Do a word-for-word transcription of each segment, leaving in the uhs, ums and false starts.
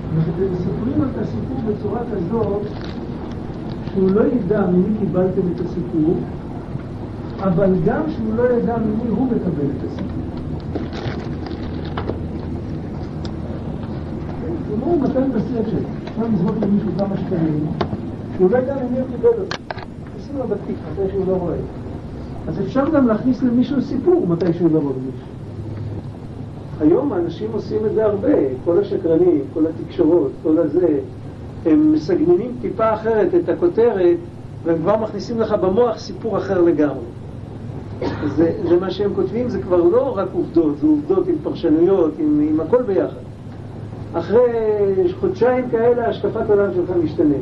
מספרים את הסיפור בצורה כזאת שהוא לא ידע ממי קיבלתם את הסיפור, אבל גם שהוא לא ידע ממי הוא מקבל את הסיפור. כמו הוא מתן בספר, אפשר לזרוק למישהו כמה שקלים, הוא לא ידע ממי הוא קיבל אותו. עושים לו בתיק, מתי שהוא לא רואה. אז אפשר גם להכניס למישהו סיפור מתי שהוא לא רואה מישהו. היום האנשים עושים את זה הרבה, כל השקרנים, כל התקשורות, כל הזה, הם מסגנינים טיפה אחרת את הכותרת, והם כבר מכניסים לך במוח סיפור אחר לגמרי. זה, זה מה שהם כותבים, זה כבר לא רק עובדות, זה עובדות עם פרשנויות, עם, עם הכל ביחד. אחרי חודשיים כאלה, השקפת עולם שלך משתנה.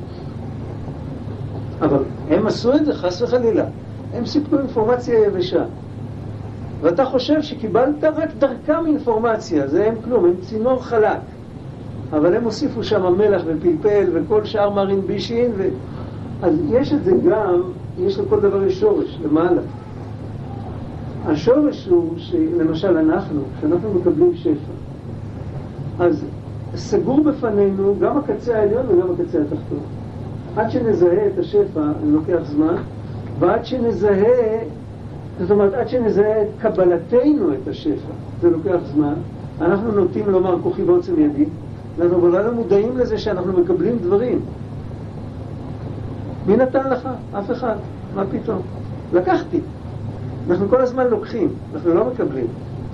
אבל הם עשו את זה חס וחלילה. הם סיפקו אינפורמציה יבשה. ואתה חושב שקיבלת רק דרכם אינפורמציה, זה הם כלום, הם צינור חלק. אבל הם הוסיפו שם מלח ופלפל וכל שאר מרין בישין, ו... אז יש את זה גם, יש לכל דבר יש שורש, למעלה. השורש הוא שלמשל אנחנו, כשאנחנו מקבלים שפע, אז סגור בפנינו גם הקצה העליון וגם הקצה התחתון. עד שנזהה את השפע, זה לוקח זמן, ועד שנזהה, זאת אומרת, עד שנזהה את קבלתנו את השפע, זה לוקח זמן. אנחנו נוטים לומר כוחי ועוצם ידי, אנחנו לא מודעים לזה שאנחנו מקבלים דברים. מי נתן לך? אף אחד. מה פתאום? לקחתי. אנחנו כל הזמן לוקחים, אנחנו לא מקבלים.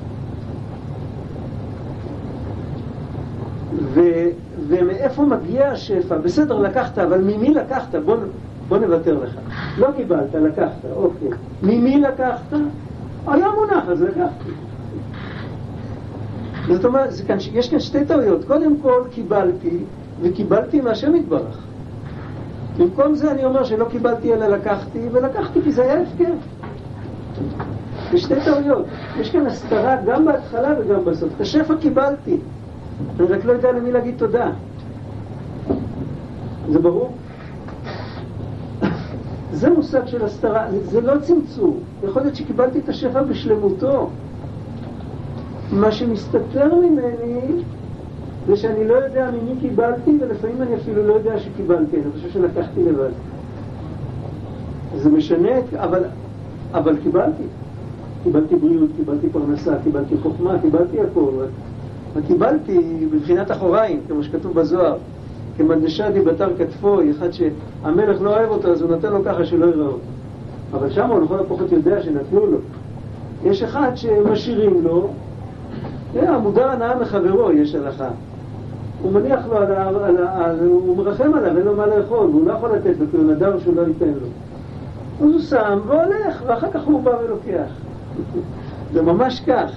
ו... ומאיפה מגיע השפע? בסדר, לקחת, אבל ממי לקחת? בוא, בוא נוותר לך. לא קיבלת, לקחת, אוקיי. ממי לקחת? היה מונח, אז לקחתי. זאת אומרת, כאן, יש כאן שתי טעויות. קודם כל, קיבלתי, וקיבלתי מהשם יתברך. במקום זה אני אומר שלא קיבלתי אלא לקחתי, ולקחתי כי זה היה הפקר. יש שתי טעויות. יש כאן הסתרה גם בהתחלה וגם בסוף. את השפע קיבלתי. אני רק לא יודע למי להגיד תודה. זה ברור? זה מושג של הסתרה, זה לא צמצום. יכול להיות שקיבלתי את השפע בשלמותו. מה שמסתתר ממני זה שאני לא יודע ממי קיבלתי, ולפעמים אני אפילו לא יודע שקיבלתי. אני חושב שלקחתי לבד. זה משנה, אבל, אבל קיבלתי. קיבלתי בריאות, קיבלתי פרנסה, קיבלתי חוכמה, קיבלתי הכל. וקיבלתי בבחינת אחוריים, כמו שכתוב בזוהר, כמדשא דיבתר כתפו, אחד שהמלך לא אוהב אותו, אז הוא נתן לו ככה שלא יראה אותו. אבל שם הוא לכל הפחות יודע שנתנו לו. יש אחד שמשאירים לו, המודר הנאה מחברו, יש הלכה. הוא מניח לו, על, על, על, על, הוא מרחם עליו, אין לו מה לאכול, והוא לא יכול לתת לו, כי הוא נדר שהוא לא ייתן לו. אז הוא שם והולך, ואחר כך הוא בא ולוקח. זה ממש כך.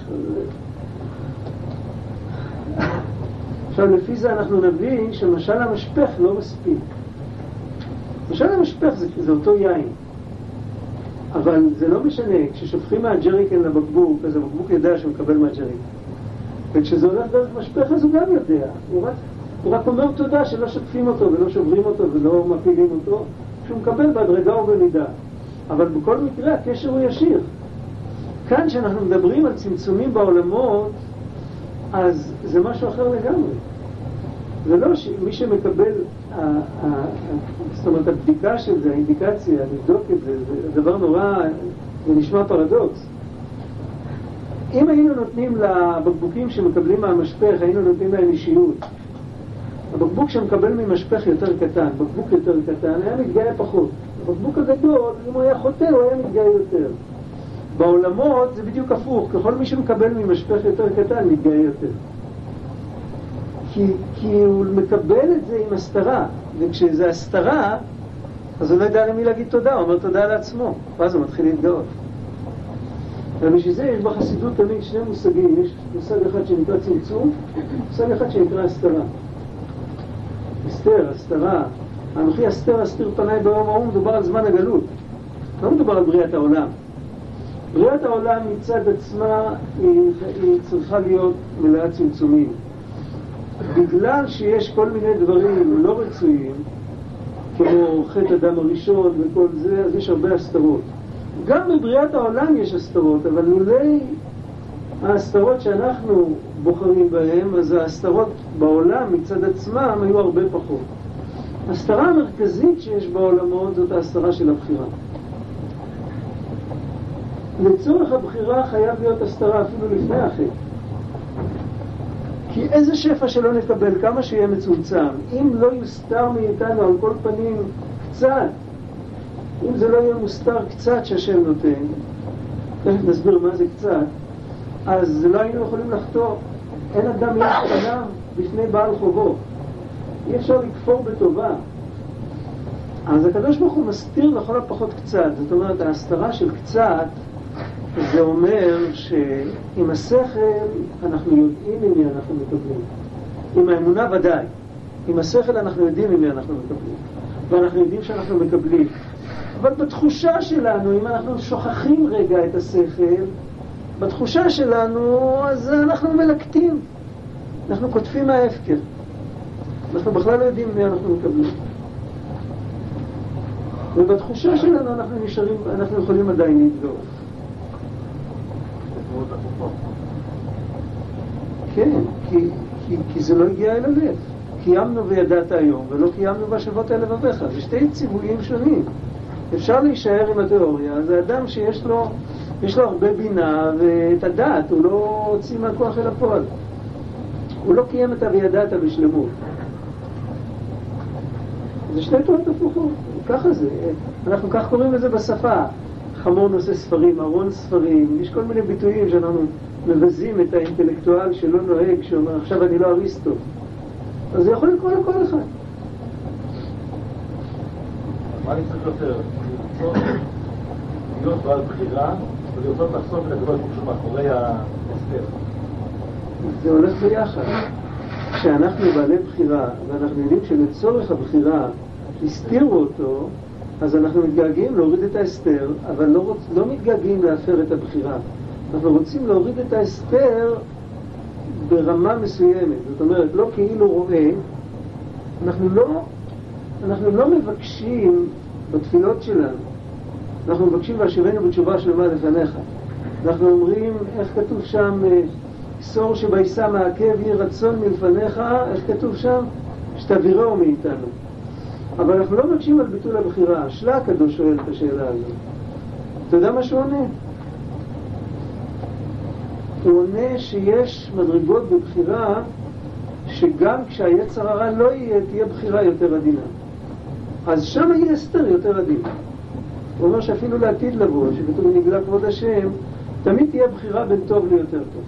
עכשיו, לפי זה אנחנו נבין שמשל המשפך לא מספיק. משל המשפך זה, זה אותו יין. אבל זה לא משנה, כששופכים מהג'ריקן לבקבוק, אז הבקבוק ידע שהוא מקבל מהג'ריקן. וכשזה הולך דרך משפך, אז הוא גם יודע. הוא רק, הוא רק אומר תודה שלא שופכים אותו ולא שוברים אותו ולא מפילים אותו, שהוא מקבל בהדרגה ובמידה. אבל בכל מקרה הקשר הוא ישיר. כאן שאנחנו מדברים על צמצומים בעולמות, אז זה משהו אחר לגמרי. זה לא שמי שמקבל, זאת אומרת, הבדיקה של זה, האינדיקציה, לבדוק את זה, זה דבר נורא, זה נשמע פרדוקס. אם היינו נותנים לבקבוקים שמקבלים מהמשפך, היינו נותנים להם אישיות. הבקבוק שמקבל ממשפך יותר קטן, בקבוק יותר קטן, היה מתגאה פחות. הבקבוק הגדול, אם הוא היה חוטא, הוא היה מתגאה יותר. בעולמות זה בדיוק הפוך, ככל מי שמקבל ממשפך יותר קטן, מתגאה יותר. כי, כי הוא מקבל את זה עם הסתרה, וכשזה הסתרה, אז הוא לא יודע למי להגיד תודה, הוא אומר תודה לעצמו, ואז הוא מתחיל להתגאות. ובשביל זה יש בחסידות תמיד שני מושגים, יש מושג אחד שנקרא צמצום, מושג אחד שנקרא הסתרה. הסתר, הסתרה, אנוכי הסתר, הסתיר פניי ביום ההוא, מדובר על זמן הגלות, לא מדובר על בריאת העולם. בריאת העולם מצד עצמה היא, היא צריכה להיות מלאה צמצומים. בגלל שיש כל מיני דברים לא רצויים, כמו חטא אדם הראשון וכל זה, אז יש הרבה הסתרות. גם בבריאת העולם יש הסתרות, אבל אולי ההסתרות שאנחנו בוחרים בהם, אז ההסתרות בעולם מצד עצמם היו הרבה פחות. ההסתרה המרכזית שיש בעולמות זאת ההסתרה של הבחירה. לצורך הבחירה חייב להיות הסתרה אפילו לפני החטא. כי איזה שפע שלא נקבל, כמה שיהיה מצומצם, אם לא יוסתר מאיתנו על כל פנים קצת, אם זה לא יהיה מוסתר קצת שהשם נותן, תכף נסביר מה זה קצת, אז לא היינו יכולים לחתור. אין אדם יש פניו בפני בעל חובו. אי אפשר לכפור בטובה. אז הקדוש ברוך הוא מסתיר לכל הפחות קצת. זאת אומרת, ההסתרה של קצת, זה אומר שעם השכל אנחנו יודעים עם מי אנחנו מקבלים. עם האמונה ודאי. עם השכל אנחנו יודעים עם מי אנחנו מקבלים. ואנחנו יודעים שאנחנו מקבלים. אבל בתחושה שלנו, אם אנחנו שוכחים רגע את השכל, בתחושה שלנו, אז אנחנו מלקטים. אנחנו כותבים מההפקר. אנחנו בכלל לא יודעים מי אנחנו מקבלים. ובתחושה שלנו אנחנו נשארים, אנחנו יכולים עדיין להתגאות. כן, כי, כי, כי זה לא הגיע אל הלב. קיימנו וידעת היום, ולא קיימנו בשבות אל לבביך. זה שתי ציוויים שונים. אפשר להישאר עם התיאוריה, זה אדם שיש לו, יש לו הרבה בינה ואת הדעת, הוא לא הוציא מהכוח אל הפועל. הוא לא קיים את הוידעת בשלמות. זה שתי תורות הפוכות, ככה זה. אנחנו כך קוראים לזה בשפה. חמור נושא ספרים, ארון ספרים, יש כל מיני ביטויים שאנחנו מבזים את האינטלקטואל שלא נוהג, שאומר עכשיו אני לא אריסטו. אז זה יכול לקרוא לכל אחד. מה אני צריך יותר? להיות בעל בחירה ולרצות לחשוף את הגדול שהוא מאחורי ההסתר. זה הולך ביחד. כשאנחנו בעלי בחירה ואנחנו יודעים שלצורך הבחירה הסתירו אותו, אז אנחנו מתגעגעים להוריד את ההסתר, אבל לא, רוצ... לא מתגעגעים להפר את הבחירה. אנחנו רוצים להוריד את ההסתר ברמה מסוימת. זאת אומרת, לא כאילו רואה, אנחנו לא, אנחנו לא מבקשים בתפילות שלנו. אנחנו מבקשים והשיבנו בתשובה שלמה לפניך. אנחנו אומרים, איך כתוב שם, סור שבייסה מעכב יהי רצון מלפניך, איך כתוב שם? שתעבירו מאיתנו. אבל אנחנו לא מבקשים על ביטול הבחירה. שלה הקדוש שואל את השאלה הזאת. אתה יודע מה שהוא עונה? הוא עונה שיש מדרגות בבחירה שגם כשהיצר הרע לא יהיה, תהיה בחירה יותר עדינה. אז שם יהיה הסתר יותר עדין. הוא אומר שאפילו לעתיד לבוא, שכתוב נגלה כבוד השם, תמיד תהיה בחירה בין טוב ליותר טוב.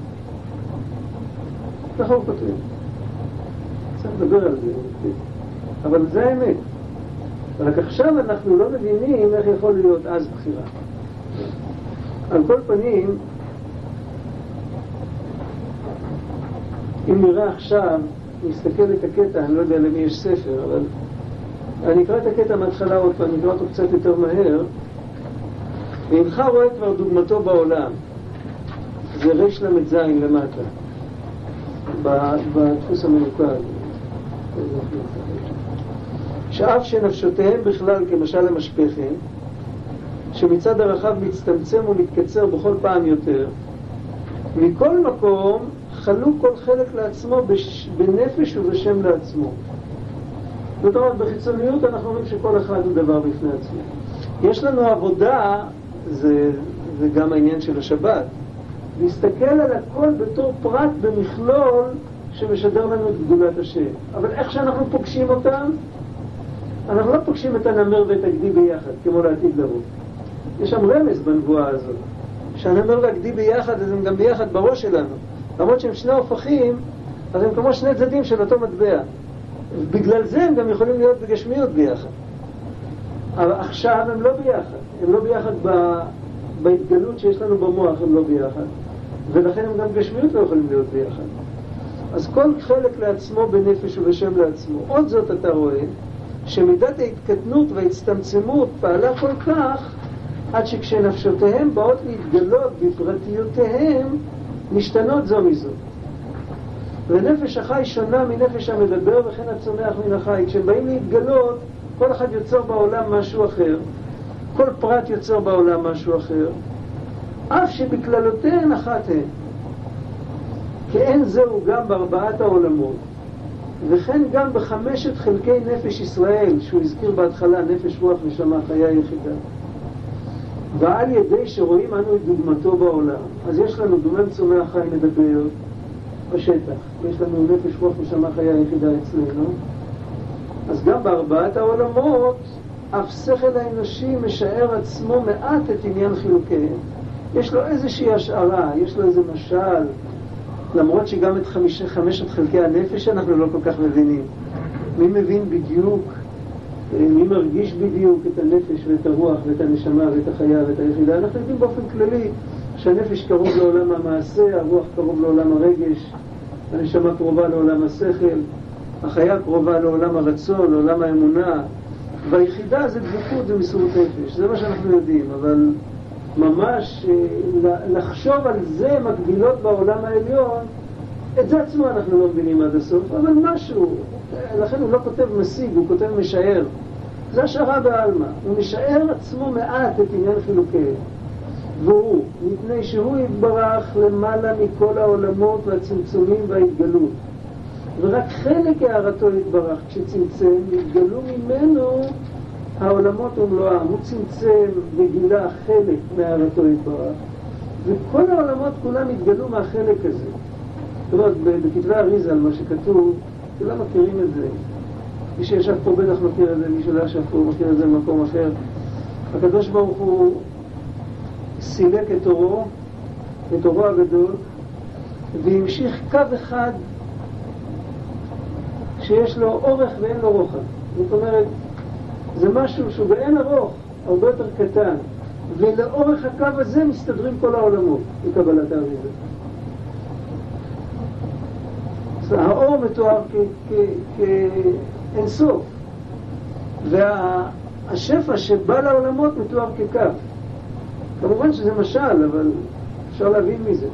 ככה הוא כותב. צריך לדבר על זה. אבל זה האמת. רק עכשיו אנחנו לא מבינים איך יכול להיות אז בחירה. על כל פנים, אם נראה עכשיו, נסתכל את הקטע, אני לא יודע למי יש ספר, אבל אני אקרא את הקטע מההתחלה עוד פעם, אני אקרא אותו קצת יותר מהר. ואינך רואה כבר דוגמתו בעולם, זה רש למד זין למטה, בדפוס המרוכז. שאף שנפשותיהם בכלל כמשל המשפחים, שמצד הרחב מצטמצם ומתקצר בכל פעם יותר, מכל מקום חלו כל חלק לעצמו בש... בנפש ובשם לעצמו. זאת אומרת, בחיצוניות אנחנו אומרים שכל אחד הוא דבר בפני עצמו. יש לנו עבודה, זה, זה גם העניין של השבת, להסתכל על הכל בתור פרט במכלול שמשדר לנו את גדולת השם. אבל איך שאנחנו פוגשים אותם, אנחנו לא פוגשים את הנמר ואת הגדי ביחד, כמו לעתיד לבוא. יש שם רמז בנבואה הזאת, שהנמר והגדי ביחד, אז הם גם ביחד בראש שלנו. למרות שהם שני הופכים, אז הם כמו שני צדדים של אותו מטבע. בגלל זה הם גם יכולים להיות בגשמיות ביחד. אבל עכשיו הם לא ביחד. הם לא ביחד ב... בהתגלות שיש לנו במוח, הם לא ביחד. ולכן הם גם גשמיות לא יכולים להיות ביחד. אז כל חלק לעצמו בנפש ובשם לעצמו. עוד זאת אתה רואה, שמידת ההתקטנות וההצטמצמות פעלה כל כך, עד שכשנפשותיהם באות להתגלות בפרטיותיהם, משתנות זו מזו. ונפש החי שונה מנפש המדבר וכן הצומח מן החי. כשהם באים להתגלות, כל אחד יוצר בעולם משהו אחר. כל פרט יוצר בעולם משהו אחר. אף שבכללותיהן אחת הן. כאין זהו גם בארבעת העולמות, וכן גם בחמשת חלקי נפש ישראל, שהוא הזכיר בהתחלה, נפש רוח נשמה חיה יחידה. ועל ידי שרואים אנו את דוגמתו בעולם. אז יש לנו דומם צומח חי מדבר בשטח, יש לנו נפש רוח נשמה חיה יחידה אצלנו. אז גם בארבעת העולמות אף שכל האנושי משער עצמו מעט את עניין חילוקיהם. יש לו איזושהי השערה, יש לו איזה משל, למרות שגם את חמש, חמשת חלקי הנפש אנחנו לא כל כך מבינים. מי מבין בדיוק, מי מרגיש בדיוק את הנפש ואת הרוח ואת הנשמה ואת החיה ואת היחידה? אנחנו יודעים באופן כללי שהנפש קרוב לעולם המעשה, הרוח קרוב לעולם הרגש, הנשמה קרובה לעולם השכל, החיה קרובה לעולם הרצון, לעולם האמונה, והיחידה זה דבקות ומסירות נפש. זה מה שאנחנו יודעים, אבל ממש לחשוב על זה מקבילות בעולם העליון, את זה עצמו אנחנו לא מבינים עד הסוף, אבל משהו, לכן הוא לא כותב משיג, הוא כותב משער. זה השערה בעלמא, הוא משער עצמו מעט את עניין חילוקיהם. והוא, מפני שהוא יתברך למעלה מכל העולמות והצמצומים וההתגלות. ורק חלק הערתו יתברך, כשצמצם, יתגלו ממנו העולמות ומלואם. הוא צמצם וגילה חלק מהערתו יתברך, וכל העולמות כולם יתגלו מהחלק הזה. זאת אומרת, בכתבי אריז"ל, מה שכתוב, כולם מכירים את זה. מי שישב פה בטח מכיר את זה, מי שלא ישב פה מכיר את זה במקום אחר. הקדוש ברוך הוא סילק את אורו, את אורו הגדול, והמשיך קו אחד שיש לו אורך ואין לו רוחב. זאת אומרת, זה משהו שהוא באין ארוך, הרבה יותר קטן, ולאורך הקו הזה מסתדרים כל העולמות בקבלת האריזה. האור מתואר כאינסוף, והשפע שבא לעולמות מתואר כקו. כמובן שזה משל, אבל אפשר להבין מזה.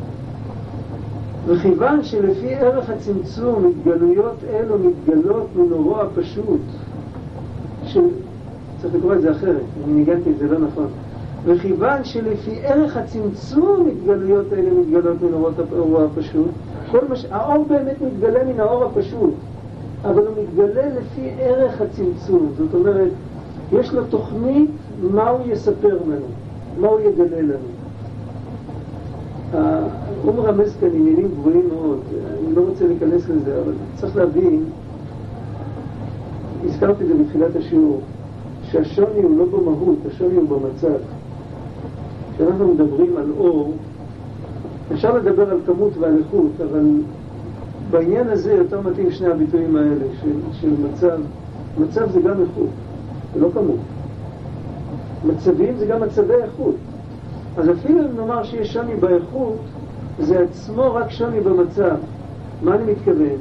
וכיוון שלפי ערך הצמצום התגלויות אלו מתגלות מנורו הפשוט, ש... צריך לקרוא את זה אחרת, אני ניגנתי את זה לא נכון. וכיוון שלפי ערך הצמצום התגלויות אלה מתגלות מנורו הפשוט, כל מש... האור באמת מתגלה מן האור הפשוט, אבל הוא מתגלה לפי ערך הצמצום. זאת אומרת, יש לו תוכנית מה הוא יספר לנו, מה הוא יגלה לנו. הוא מרמז כאן עניינים גבוהים מאוד, אני לא רוצה להיכנס לזה, אבל צריך להבין, הזכרתי את זה בתחילת השיעור, שהשוני הוא לא במהות, השוני הוא במצב. כשאנחנו מדברים על אור, אפשר לדבר על כמות ועל איכות, אבל בעניין הזה יותר מתאים שני הביטויים האלה של, של מצב. מצב זה גם איכות, זה לא כמות. מצבים זה גם מצבי איכות. אז אפילו אם נאמר שיש שוני באיכות, זה עצמו רק שוני במצב. מה אני מתכוון?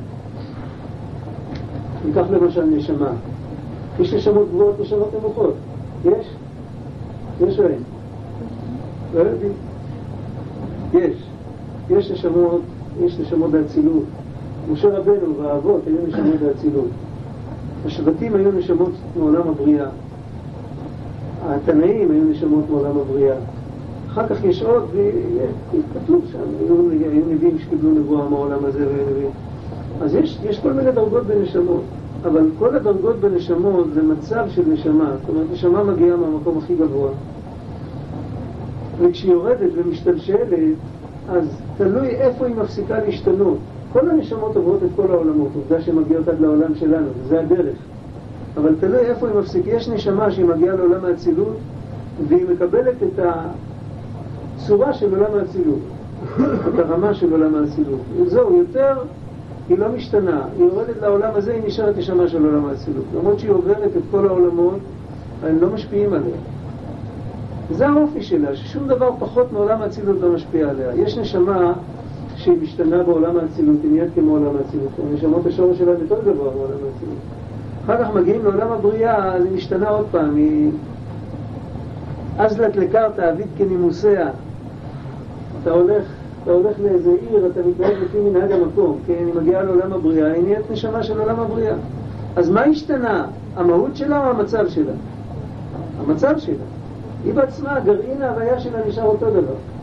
ניקח למשל נשמה. יש נשמות גבוהות, נשמות נמוכות. יש? יש או אין? לא יודעים. יש. יש נשמות, יש נשמות באצילות. משה רבנו והאבות היו נשמות באצילות. השבטים היו נשמות מעולם הבריאה. התנאים היו נשמות מעולם הבריאה. אחר כך יש עוד, וכתוב שם, היו, היו נביאים שקיבלו נבואה מהעולם הזה ונביאים. אז יש, יש כל מיני דרגות בנשמות, אבל כל הדרגות בנשמות זה מצב של נשמה. זאת אומרת, נשמה מגיעה מהמקום הכי גבוה. וכשהיא יורדת ומשתלשלת, אז תלוי איפה היא מפסיקה להשתנות. כל הנשמות עוברות את כל העולמות, עובדה שמגיעות עד לעולם שלנו, וזה הדרך. אבל תלוי איפה היא מפסיקה. יש נשמה שהיא מגיעה לעולם האצילות, והיא מקבלת את הצורה של עולם האצילות, את הרמה של עולם האצילות. וזהו, יותר היא לא משתנה. היא יורדת לעולם הזה, היא נשארת נשמה של עולם האצילות. למרות שהיא עוברת את כל העולמות, הם לא משפיעים עליה. זה האופי שלה, ששום דבר פחות מעולם האצילות לא משפיע עליה. יש נשמה שהיא משתנה בעולם האצילות, היא נהיית כמו עולם האצילות. הנשמות השורש שלהם יותר גבוה בעולם האצילות. אחר כך מגיעים לעולם הבריאה, אז היא משתנה עוד פעם. היא... אז לתלקרת, אביד כנימוסיה. אתה הולך, אתה הולך לאיזה עיר, אתה מתנהג לפי מנהג המקום. כן, היא מגיעה לעולם הבריאה, היא נהיית נשמה של עולם הבריאה. אז מה השתנה? המהות שלה או המצב שלה? המצב שלה. היא בעצמה, גרעין ההוויה שלה נשאר אותו דבר.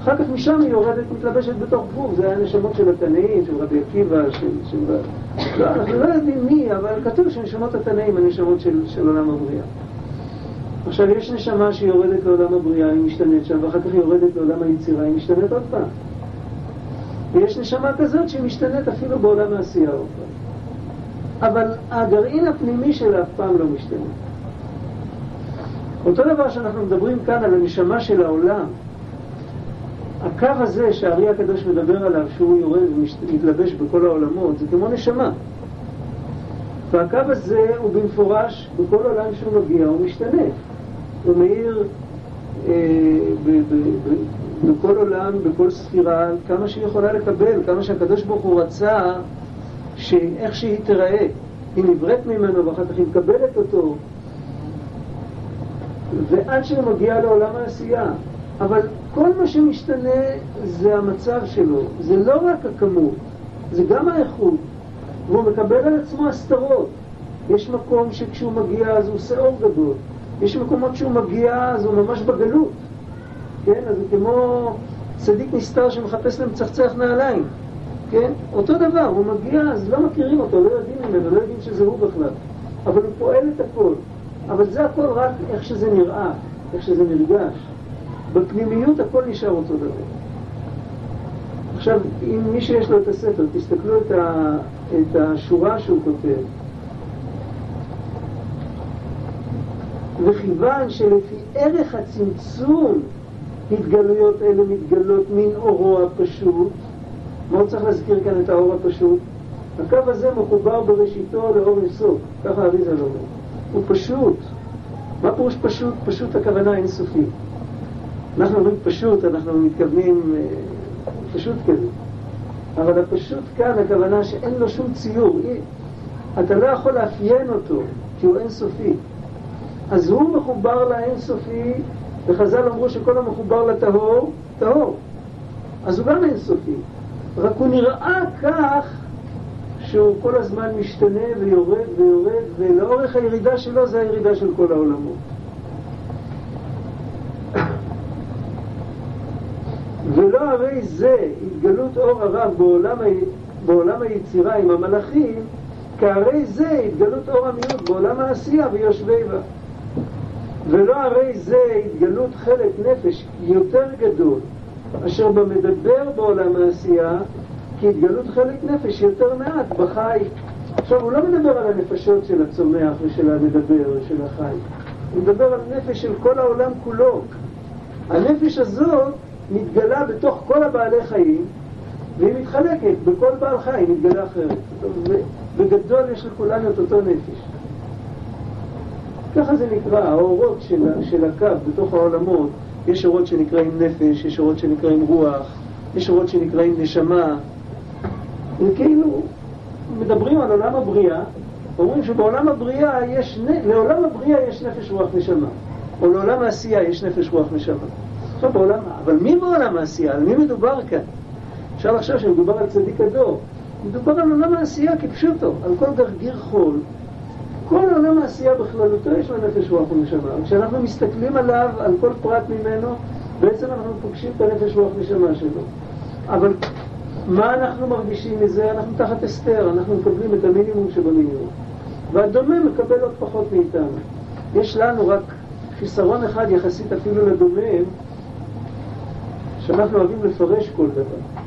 אחר כך משם היא יורדת, מתלבשת בתוך גוף. זה היה נשמות של התנאים, של רבי עקיבא, של... של... לא, אנחנו לא יודעים מי, אבל כתוב שנשמות התנאים הנשמות של, של עולם הבריאה. עכשיו, יש נשמה שיורדת לעולם הבריאה, היא משתנית שם, ואחר כך היא יורדת לעולם היצירה, היא משתנית עוד פעם. ויש נשמה כזאת שהיא משתנית אפילו בעולם העשייה עוד פעם. אבל הגרעין הפנימי שלה אף פעם לא משתנה. אותו דבר שאנחנו מדברים כאן על הנשמה של העולם, הקו הזה שהארי הקדוש מדבר עליו, שהוא יורד ומתלבש בכל העולמות, זה כמו נשמה. והקו הזה הוא במפורש, בכל עולם שהוא מגיע, הוא משתנה. הוא מאיר אה, ב- ב- ב- בכל עולם, בכל ספירה, כמה שהיא יכולה לקבל, כמה שהקדוש ברוך הוא רצה, שאיך שהיא תראה. היא נבראת ממנו ואחר כך היא מקבלת אותו. ועד שהוא מגיע לעולם העשייה. אבל כל מה שמשתנה זה המצב שלו. זה לא רק הכמות, זה גם האיכות. והוא מקבל על עצמו הסתרות. יש מקום שכשהוא מגיע אז הוא עושה אור גדול. יש מקומות שהוא מגיע אז הוא ממש בגלות. כן? אז זה כמו צדיק נסתר שמחפש למצחצח נעליים. כן? אותו דבר, הוא מגיע אז לא מכירים אותו, לא יודעים ממנו, לא יודעים שזה הוא בכלל. אבל הוא פועל את הכל. אבל זה הכל רק איך שזה נראה, איך שזה נרגש. בפנימיות הכל נשאר אותו דבר. עכשיו, אם מי שיש לו את הספר, תסתכלו את, ה, את השורה שהוא כותב. וכיוון שלפי ערך הצמצום התגלויות אלה מתגלות מן אורו הפשוט, מה הוא צריך להזכיר כאן את האור הפשוט? הקו הזה מחובר בראשיתו לאור יסוד, ככה אריזה לא אומר. הוא פשוט. מה פירוש פשוט? פשוט הכוונה אינסופית. אנחנו אומרים פשוט, אנחנו מתכוונים פשוט כזה. אבל הפשוט כאן הכוונה שאין לו שום ציור. אתה לא יכול לאפיין אותו, כי הוא אינסופי. אז הוא מחובר לאינסופי, וחז"ל אמרו שכל המחובר לטהור, טהור. אז הוא גם אינסופי. רק הוא נראה כך שהוא כל הזמן משתנה ויורד ויורד, ולאורך הירידה שלו זה הירידה של כל העולמות. ולא הרי זה התגלות אור הרב בעולם, בעולם היצירה עם המלאכים, כהרי זה התגלות אור המיעוט בעולם העשייה ויושבי בה. ולא הרי זה התגלות חלק נפש יותר גדול אשר במדבר בעולם העשייה, כי התגלות חלק נפש יותר מעט בחי. עכשיו הוא לא מדבר על הנפשות של הצומח ושל המדבר ושל החי, הוא מדבר על נפש של כל העולם כולו. הנפש הזאת מתגלה בתוך כל הבעלי חיים, והיא מתחלקת בכל בעל חי, היא מתגלה אחרת. בגדול יש לכולנו את אותו נפש. ככה זה נקרא, האורות של, של הקו בתוך העולמות. יש אורות שנקראים נפש, יש אורות שנקראים רוח, יש אורות שנקראים נשמה. וכאילו מדברים על עולם הבריאה, אומרים שבעולם הבריאה יש, לעולם הבריאה יש נפש רוח נשמה, או לעולם העשייה יש נפש רוח נשמה. עכשיו בעולם, אבל מי בעולם העשייה? על מי מדובר כאן? אפשר לחשוב שמדובר על צדיק הדור. מדובר על עולם העשייה כפשוטו, על כל גרגיר חול. כל עולם העשייה בכללותו יש לו נפש רוח ונשמה. כשאנחנו מסתכלים עליו, על כל פרט ממנו, בעצם אנחנו פוגשים את הנפש רוח ונשמה שלו. אבל מה אנחנו מרגישים מזה? אנחנו תחת הסתר, אנחנו מקבלים את המינימום שבמינימום. והדומה מקבל עוד פחות מאיתנו. יש לנו רק חיסרון אחד יחסית אפילו לדומם, שאנחנו אוהבים לפרש כל דבר.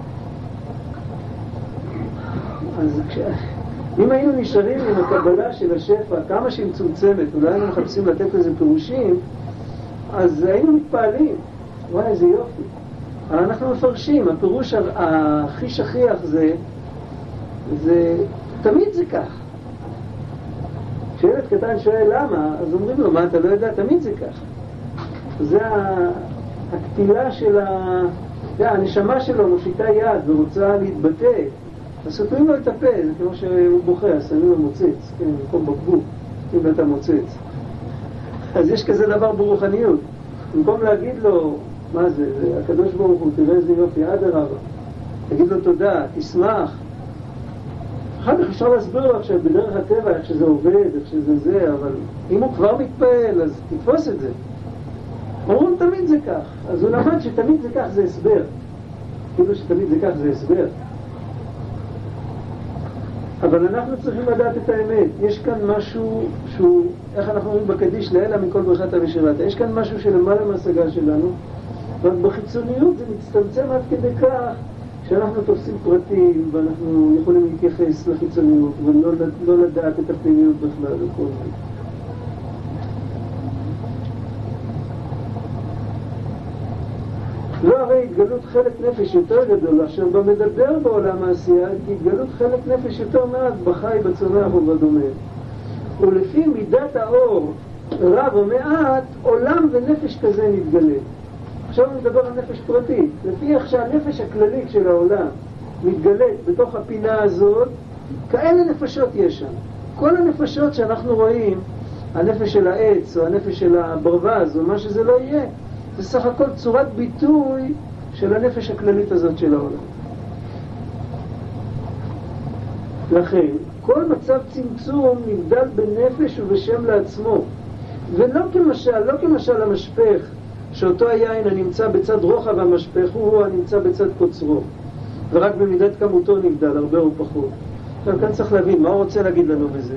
אז כש... אם היינו נשארים עם הקבלה של השפע, כמה שהיא מצומצמת, אולי היינו מחפשים לתת לזה פירושים, אז היינו מתפעלים. וואי, איזה יופי. אבל אנחנו מפרשים, הפירוש הכי שכיח זה, זה, תמיד זה כך. כשילד קטן שואל למה, אז אומרים לו, מה אתה לא יודע? תמיד זה כך. זה הקטילה של ה... הנשמה שלו מושיטה יד ורוצה להתבטא, אז סותמים לו את הפה, זה כמו שהוא בוכה, שמים לו מוצץ, כן, במקום בקבוק, אם אתה מוצץ. אז יש כזה דבר ברוחניות. במקום להגיד לו, מה זה, זה הקדוש ברוך הוא, תראה איזה יופי, עד הרבה. תגיד לו תודה, תשמח. אחר כך אפשר להסביר לו עכשיו בדרך הטבע, איך שזה עובד, איך שזה זה, אבל אם הוא כבר מתפעל, אז תתפוס את זה. אומרים תמיד זה כך. אז הוא למד שתמיד זה כך, זה הסבר. כאילו שתמיד זה כך, זה הסבר. אבל אנחנו צריכים לדעת את האמת. יש כאן משהו שהוא, איך אנחנו אומרים בקדיש, לאלה מכל ברכת ושבעת. יש כאן משהו שלמעלה מההשגה שלנו, ובחיצוניות זה מצטמצם עד כדי כך שאנחנו תופסים פרטים ואנחנו יכולים להתייחס לחיצוניות ולא לא לדעת את הפנימיות בכלל וכל זה. לא הרי התגלות חלק נפש יותר גדול, עכשיו במדבר בעולם העשייה, התגלות חלק נפש יותר מעט בחי, בצומח ובדומה. ולפי מידת האור רב או מעט, עולם ונפש כזה מתגלה. עכשיו אני מדבר על נפש פרטית. לפי איך שהנפש הכללית של העולם מתגלית בתוך הפינה הזאת, כאלה נפשות יש שם. כל הנפשות שאנחנו רואים, הנפש של העץ או הנפש של הברווז או מה שזה לא יהיה, זה סך הכל צורת ביטוי של הנפש הכללית הזאת של העולם. לכן, כל מצב צמצום נבדל בנפש ובשם לעצמו. ולא כמשל, לא כמשל המשפך, שאותו היין הנמצא בצד רוחב המשפך הוא הנמצא בצד קוצרו. ורק במידת כמותו נבדל, הרבה או פחות. עכשיו כאן צריך להבין, מה הוא רוצה להגיד לנו בזה?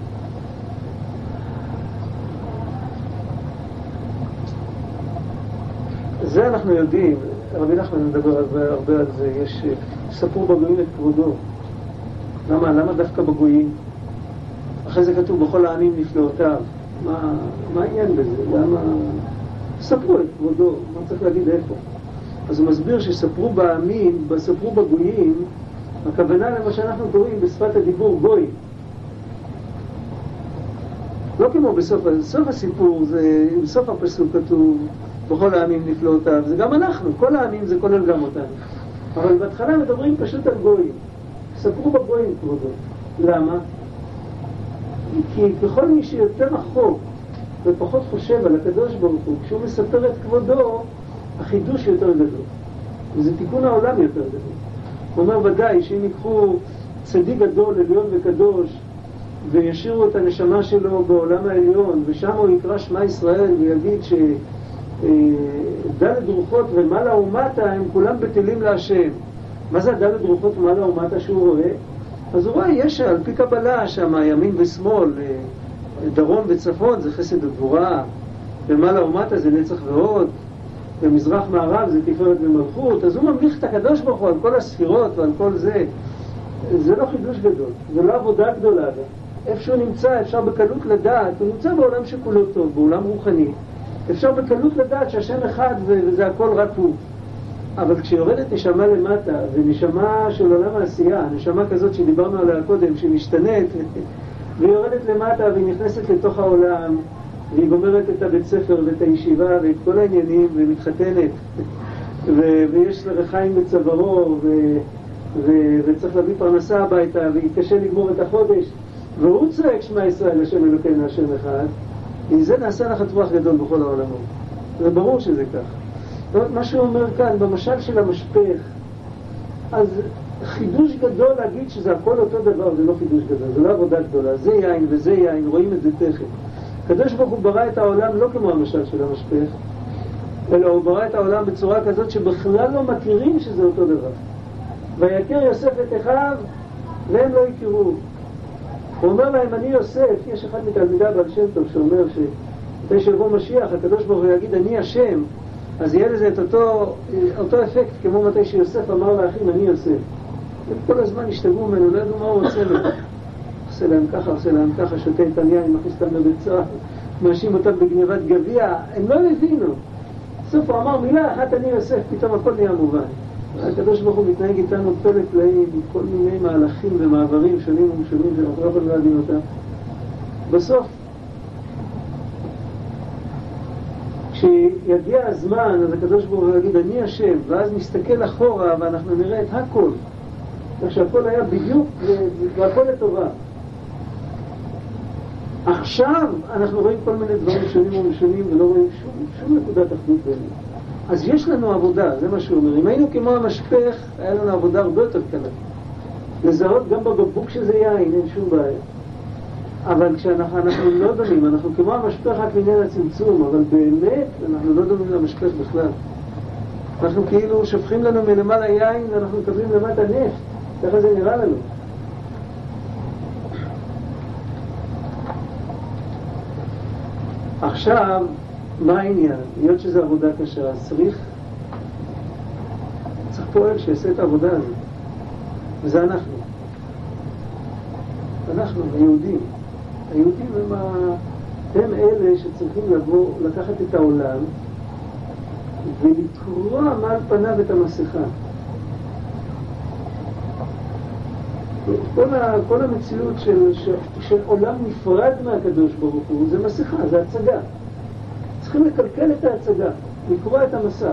זה אנחנו יודעים, רבי נחמן מדבר הרבה על זה, יש ספרו בגויים את כבודו. למה? למה דווקא בגויים? אחרי זה כתוב בכל העמים נפלאותיו. מה, מה העניין בזה? למה? ספרו את כבודו, מה צריך להגיד איפה? אז הוא מסביר שספרו בעמים, ספרו בגויים, הכוונה למה שאנחנו קוראים בשפת הדיבור גוי. לא כמו בסוף, בסוף הסיפור, זה, בסוף הפסוק כתוב בכל העמים נפלאותיו, זה גם אנחנו, כל העמים זה כולל גם אותנו. אבל בהתחלה מדברים פשוט על גויים. ספרו בגויים כבודו. למה? כי ככל מי שיותר רחוק ופחות חושב על הקדוש ברוך הוא, כשהוא מספר את כבודו, החידוש יותר גדול. וזה תיקון העולם יותר גדול. הוא אומר ודאי שאם ייקחו צדיק גדול, עליון וקדוש, וישירו את הנשמה שלו בעולם העליון, ושם הוא יקרא שמע ישראל ויגיד ש... דלת רוחות ומעלה ומטה הם כולם בטלים להשם. מה זה הדלת רוחות ומעלה ומטה שהוא רואה? אז הוא רואה, יש על פי קבלה שם ימין ושמאל, דרום וצפון זה חסד וגבורה, ומעלה ומטה זה נצח ועוד, ומזרח מערב זה תפארת ומלכות. אז הוא ממליך את הקדוש ברוך הוא על כל הספירות ועל כל זה. זה לא חידוש גדול, זה לא עבודה גדולה. איפה שהוא נמצא אפשר בקלות לדעת, הוא נמצא בעולם שכולו טוב, בעולם רוחני. אפשר בקלות לדעת שהשם אחד וזה הכל רק הוא. אבל כשיורדת נשמה למטה, ונשמה של עולם העשייה, נשמה כזאת שדיברנו עליה קודם, שמשתנית, והיא יורדת למטה והיא נכנסת לתוך העולם, והיא גומרת את הבית ספר ואת הישיבה ואת כל העניינים, ומתחתנת, ו- ויש לה רחיים בצווארו, ו- ו- וצריך להביא פרנסה הביתה, והיא קשה לגמור את החודש, והוא צועק שמע ישראל, השם אלוקינו, השם אחד, וזה נעשה לך טווח גדול בכל העולמות. זה ברור שזה כך. מה שהוא אומר כאן, במשל של המשפך, אז חידוש גדול להגיד שזה הכל אותו דבר, זה לא חידוש גדול, זה לא עבודה גדולה, זה יין וזה יין, רואים את זה תכף. הקדוש ברוך הוא ברא את העולם לא כמו המשל של המשפך, אלא הוא ברא את העולם בצורה כזאת שבכלל לא מכירים שזה אותו דבר. ויקר יוסף את אחיו והם לא יכירו. הוא אומר להם, אני יוסף, יש אחד מתלמידיו בעל שם טוב שאומר שמתי שיבוא משיח, הקדוש ברוך הוא יגיד אני השם, אז יהיה לזה את אותו, אותו אפקט כמו מתי שיוסף אמר לאחים אני יוסף. הם כל הזמן השתגעו ממנו, לא ידעו מה הוא עושה להם. עושה להם ככה, עושה להם ככה, שותה את העניין, מכניס אותם לבית סוהר, מאשים אותם בגניבת גביע, הם לא הבינו. בסוף הוא אמר מילה אחת אני יוסף, פתאום הכל נהיה מובן. הקדוש ברוך הוא מתנהג איתנו פלא פלאים, עם כל מיני מהלכים ומעברים שונים ומשונים שאנחנו לא יכולים להבין אותם. בסוף, כשיגיע הזמן, אז הקדוש ברוך הוא יגיד אני השם, ואז נסתכל אחורה ואנחנו נראה את הכל. כך שהכל היה בדיוק והכל לטובה. עכשיו אנחנו רואים כל מיני דברים שונים ומשונים ולא רואים שום, שום נקודת אחדות בינינו. אז יש לנו עבודה, זה מה שהוא אומר. אם היינו כמו המשפך, היה לנו עבודה הרבה יותר קלה. לזהות גם בבקבוק שזה יין, אין שום בעיה. אבל כשאנחנו אנחנו לא דומים, אנחנו כמו המשפך רק לעניין הצמצום, אבל באמת אנחנו לא דומים למשפך בכלל. אנחנו כאילו שופכים לנו מלמעלה יין ואנחנו מקבלים למטה נפט. ככה זה נראה לנו. עכשיו, מה העניין? היות שזו עבודה קשה, אז צריך צריך פועל שיעשה את העבודה הזאת. וזה אנחנו. אנחנו, היהודים. היהודים הם, ה... הם אלה שצריכים לבוא, לקחת את העולם ולקרוע מעל פניו את המסכה. כל, ה... כל המציאות של... של... של עולם נפרד מהקדוש ברוך הוא, זה מסכה, זה הצגה. צריכים לקלקל את ההצגה, לקרוע את המסך.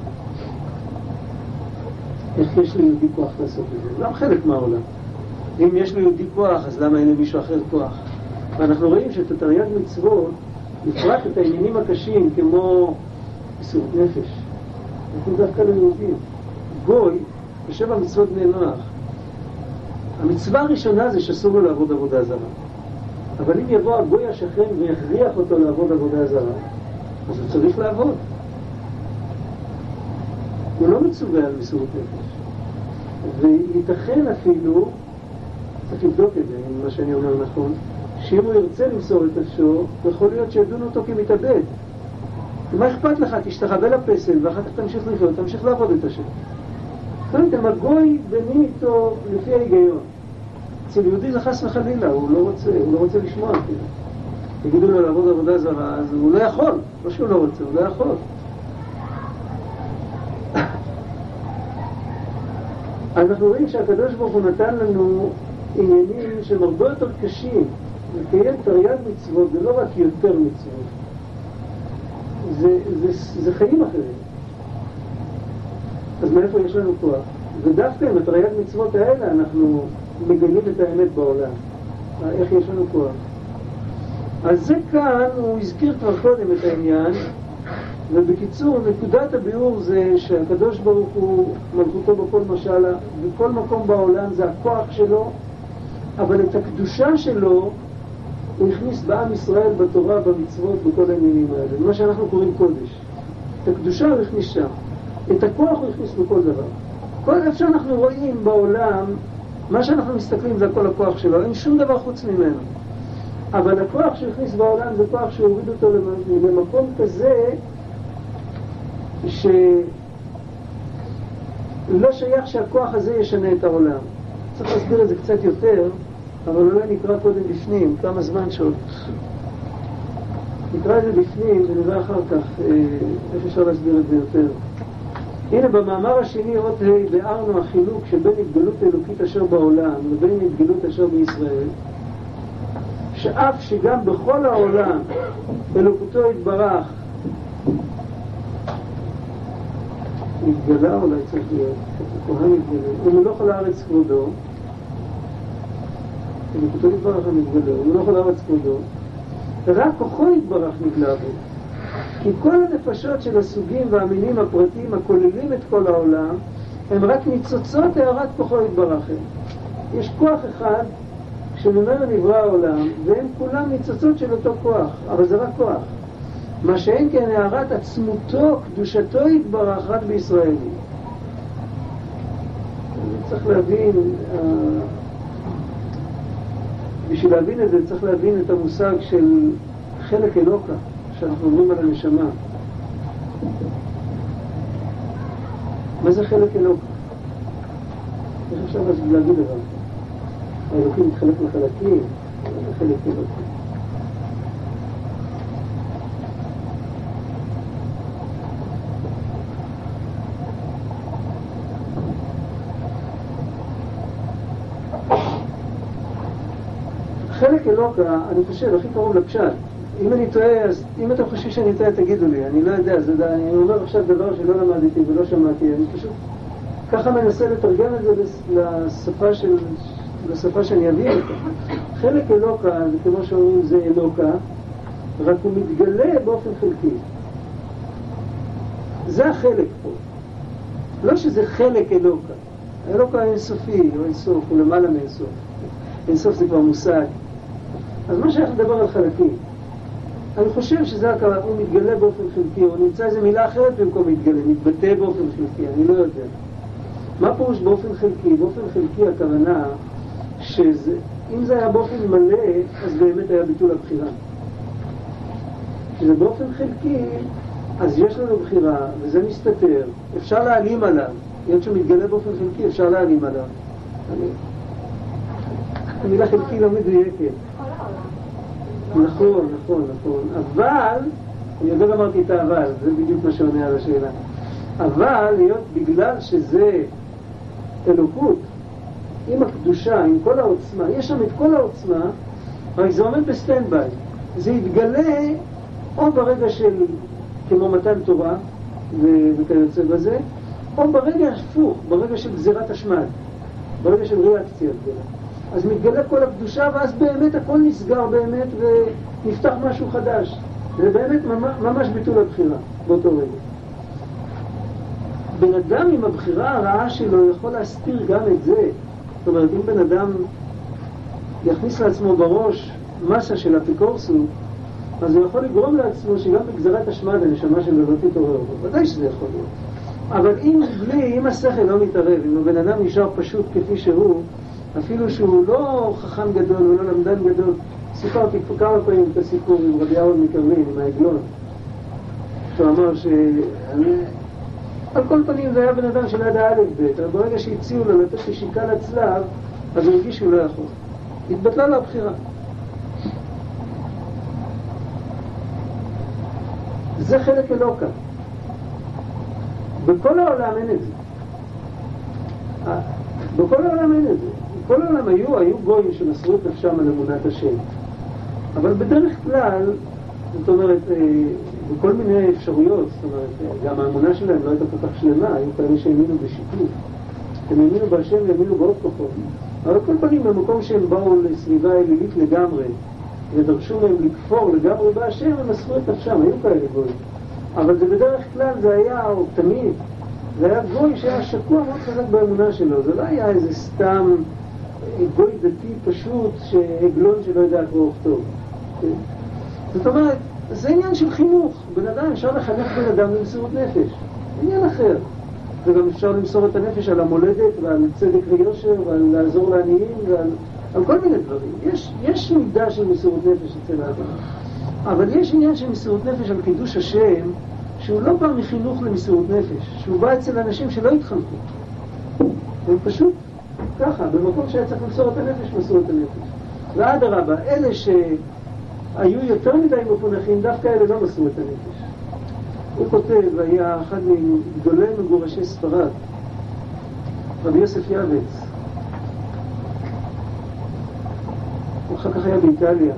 איך יש לי יהודי כוח לעשות את זה? לא חלק מהעולם. אם יש לי יהודי כוח, אז למה אין לי מישהו אחר כוח? ואנחנו רואים שאת תרי"ג מצוות, בפרט את העניינים הקשים כמו מסירות נפש, אנחנו דווקא ליהודים. גוי, בשבע מצוות בני נוח. המצווה הראשונה זה שאסור לו לעבוד עבודה זרה. אבל אם יבוא הגוי השכן ויכריח אותו לעבוד עבודה זרה, אז הוא צריך לעבוד. הוא לא מצווה על מסירות נפש. וייתכן אפילו, צריך לבדוק את זה, מה שאני אומר נכון, שאם הוא ירצה למסור את נפשו, יכול להיות שידון אותו כמתאבד. מה אכפת לך? תשתחווה לפסל ואחר כך תמשיך לחיות, תמשיך לעבוד את השם. זאת הגוי בני איתו לפי ההיגיון. אצל יהודי זה חס וחלילה, הוא לא רוצה, הוא לא רוצה לשמוע. תגידו לו לעבוד עבודה זרה, אז הוא לא יכול. לא שהוא לא רוצה, הוא לא יכול. אנחנו רואים שהקדוש ברוך הוא נתן לנו עניינים שהם הרבה יותר קשים. לקיים תרי"ג מצוות זה לא רק יותר מצוות. זה, זה, זה חיים אחרים. אז מאיפה יש לנו כוח? ודווקא עם התרי"ג מצוות האלה אנחנו מגלים את האמת בעולם. איך יש לנו כוח? אז זה כאן, הוא הזכיר כבר קודם את העניין, ובקיצור, נקודת הביאור זה שהקדוש ברוך הוא מלכותו בכל משל, בכל מקום בעולם זה הכוח שלו, אבל את הקדושה שלו הוא הכניס בעם ישראל, בתורה, במצוות, בכל העניינים האלה. מה שאנחנו קוראים קודש. את הקדושה הוא הכניס שם. את הכוח הוא הכניס בכל דבר. כל איפה שאנחנו רואים בעולם, מה שאנחנו מסתכלים זה הכל הכוח שלו, אין שום דבר חוץ ממנו. אבל הכוח שהכניס בעולם זה כוח שהוריד אותו למקום כזה שלא שייך שהכוח הזה ישנה את העולם. צריך להסביר את זה קצת יותר, אבל אולי נקרא קודם בפנים, כמה זמן שעוד. נקרא את זה בפנים ונראה אחר כך איך אפשר להסביר את זה יותר. הנה במאמר השני עוד ה' ביארנו החילוק שבין התגלות אלוקית אשר בעולם ובין התגלות אשר בישראל, שאף שגם בכל העולם אלוקותו התברך התגלה, אולי צריך להיות כהן התגלה, ומלוך על הארץ כבודו, אלוקותו התברך המתגלה, ומלוך על הארץ כבודו, רק כוחו התברך נגלה בו. כי כל הנפשות של הסוגים והמינים הפרטיים הכוללים את כל העולם הם רק ניצוצות הערת כוחו התברך. יש כוח אחד שממנו נברא העולם והם כולם ניצוצות של אותו כוח, אבל זה רק כוח. מה שאין כן הערת עצמותו, קדושתו התברך רק בישראל. צריך להבין, בשביל להבין את זה צריך להבין את המושג של חלק אלוקה שאנחנו אומרים על הנשמה. מה זה חלק אלוקה? איך אפשר להגיד את זה? האלוקים מתחלק לחלקים, זה חלק אלוקה. חלק אלוקה, אני חושב, הכי קרוב לפשט. אם אני טועה, אז אם אתם חושבים שאני טועה, תגידו לי. אני לא יודע, זה די, אני אומר עכשיו דבר שלא למדתי ולא שמעתי. אני פשוט ככה מנסה לתרגם את זה לשפה של, לשפה שאני אביא אותה. חלק אלוקה, זה כמו שאומרים, זה אלוקה, רק הוא מתגלה באופן חלקי. זה החלק פה. לא שזה חלק אלוקה. אלוקה אינסופי, או אינסוף, הוא למעלה מאינסוף. אינסוף זה כבר מושג. אז מה שאנחנו נדבר על חלקים. אני חושב שזה הכוונה, הוא מתגלה באופן חלקי, או נמצא איזו מילה אחרת במקום מתגלה, מתבטא באופן חלקי, אני לא יודע. מה פירוש באופן חלקי? באופן חלקי הכוונה שאם זה היה באופן מלא, אז באמת היה ביטול הבחירה. כשזה באופן חלקי, אז יש לנו בחירה, וזה מסתתר, אפשר להעלים עליו. אם שהוא מתגלה באופן חלקי, אפשר להעלים עליו. אני... המילה חלקי לא מדויקת. נכון, נכון, נכון. אבל, אני עוד לא אמרתי את האבל, זה בדיוק מה שעונה על השאלה. אבל, להיות בגלל שזה אלוקות, עם הקדושה, עם כל העוצמה, יש שם את כל העוצמה, רק זה עומד בסטנדביי. זה יתגלה או ברגע של, כמו מתן תורה, וכיוצא בזה, או ברגע הפוך, ברגע של גזירת השמד, ברגע של ריאקציה גדולה. אז מתגלה כל הקדושה, ואז באמת הכל נסגר באמת, ונפתח משהו חדש. זה באמת ממש ביטול הבחירה, באותו רגע. בן אדם עם הבחירה הרעה שלו יכול להסתיר גם את זה. זאת אומרת, אם בן אדם יכניס לעצמו בראש מסה של אפיקורסות, אז הוא יכול לגרום לעצמו שגם בגזרת השמד הנשמה שלו לא תתעורר. ודאי שזה יכול להיות. אבל אם בלי, אם השכל לא מתערב, אם הבן אדם נשאר פשוט כפי שהוא, אפילו שהוא לא חכם גדול, הוא לא למדן גדול, סיפרתי כמה פעמים את הסיפור עם רבי אהרון מקרלין, עם העגלון, שהוא אמר ש... על כל פנים זה היה בן אדם של עד האלף בית, אבל ברגע שהציעו לו לתת לשיקה לצלב, אז הוא הרגיש שהוא לא יכול. התבטלה לו הבחירה. זה חלק אלוקה. בכל העולם אין את זה. בכל העולם אין את זה. בכל העולם היו, היו גויים שמסרו את נפשם על אמונת השם. אבל בדרך כלל, זאת אומרת, בכל מיני אפשרויות, זאת אומרת, גם האמונה שלהם לא הייתה כל כך שלמה, היו כאלה שהאמינו בשיתוף. הם האמינו בהשם והאמינו בעוד כוחות. אבל כל פנים, במקום שהם באו לסביבה אלילית לגמרי, ודרשו מהם לכפור לגמרי בהשם, הם מסרו את נפשם, היו כאלה גויים. אבל זה בדרך כלל, זה היה, או תמיד, זה היה גוי שהיה שקוע מאוד חזק באמונה שלו. זה לא היה איזה סתם גוי דתי פשוט, שעגלון שלא יודע קרוא וכתוב. זאת אומרת, זה עניין של חינוך. בן אדם, אפשר לחנך בן אדם למסירות נפש. עניין אחר. וגם אפשר למסור את הנפש על המולדת ועל צדק ויושר ועל לעזור לעניים ועל על כל מיני דברים. יש, יש מידה של מסירות נפש אצל האדם. אבל יש עניין של מסירות נפש על קידוש השם, שהוא לא בא מחינוך למסירות נפש, שהוא בא אצל אנשים שלא התחנכו. הם פשוט ככה, במקום שהיה צריך למסור את הנפש, מסור את הנפש. ועד הרבה, אלה שהיו יותר מדי מפונחים, דווקא אלה לא מסרו את הנפש. הוא כותב, היה אחד מגדולי מגורשי ספרד, רבי יוסף יעבץ. הוא אחר כך היה באיטליה.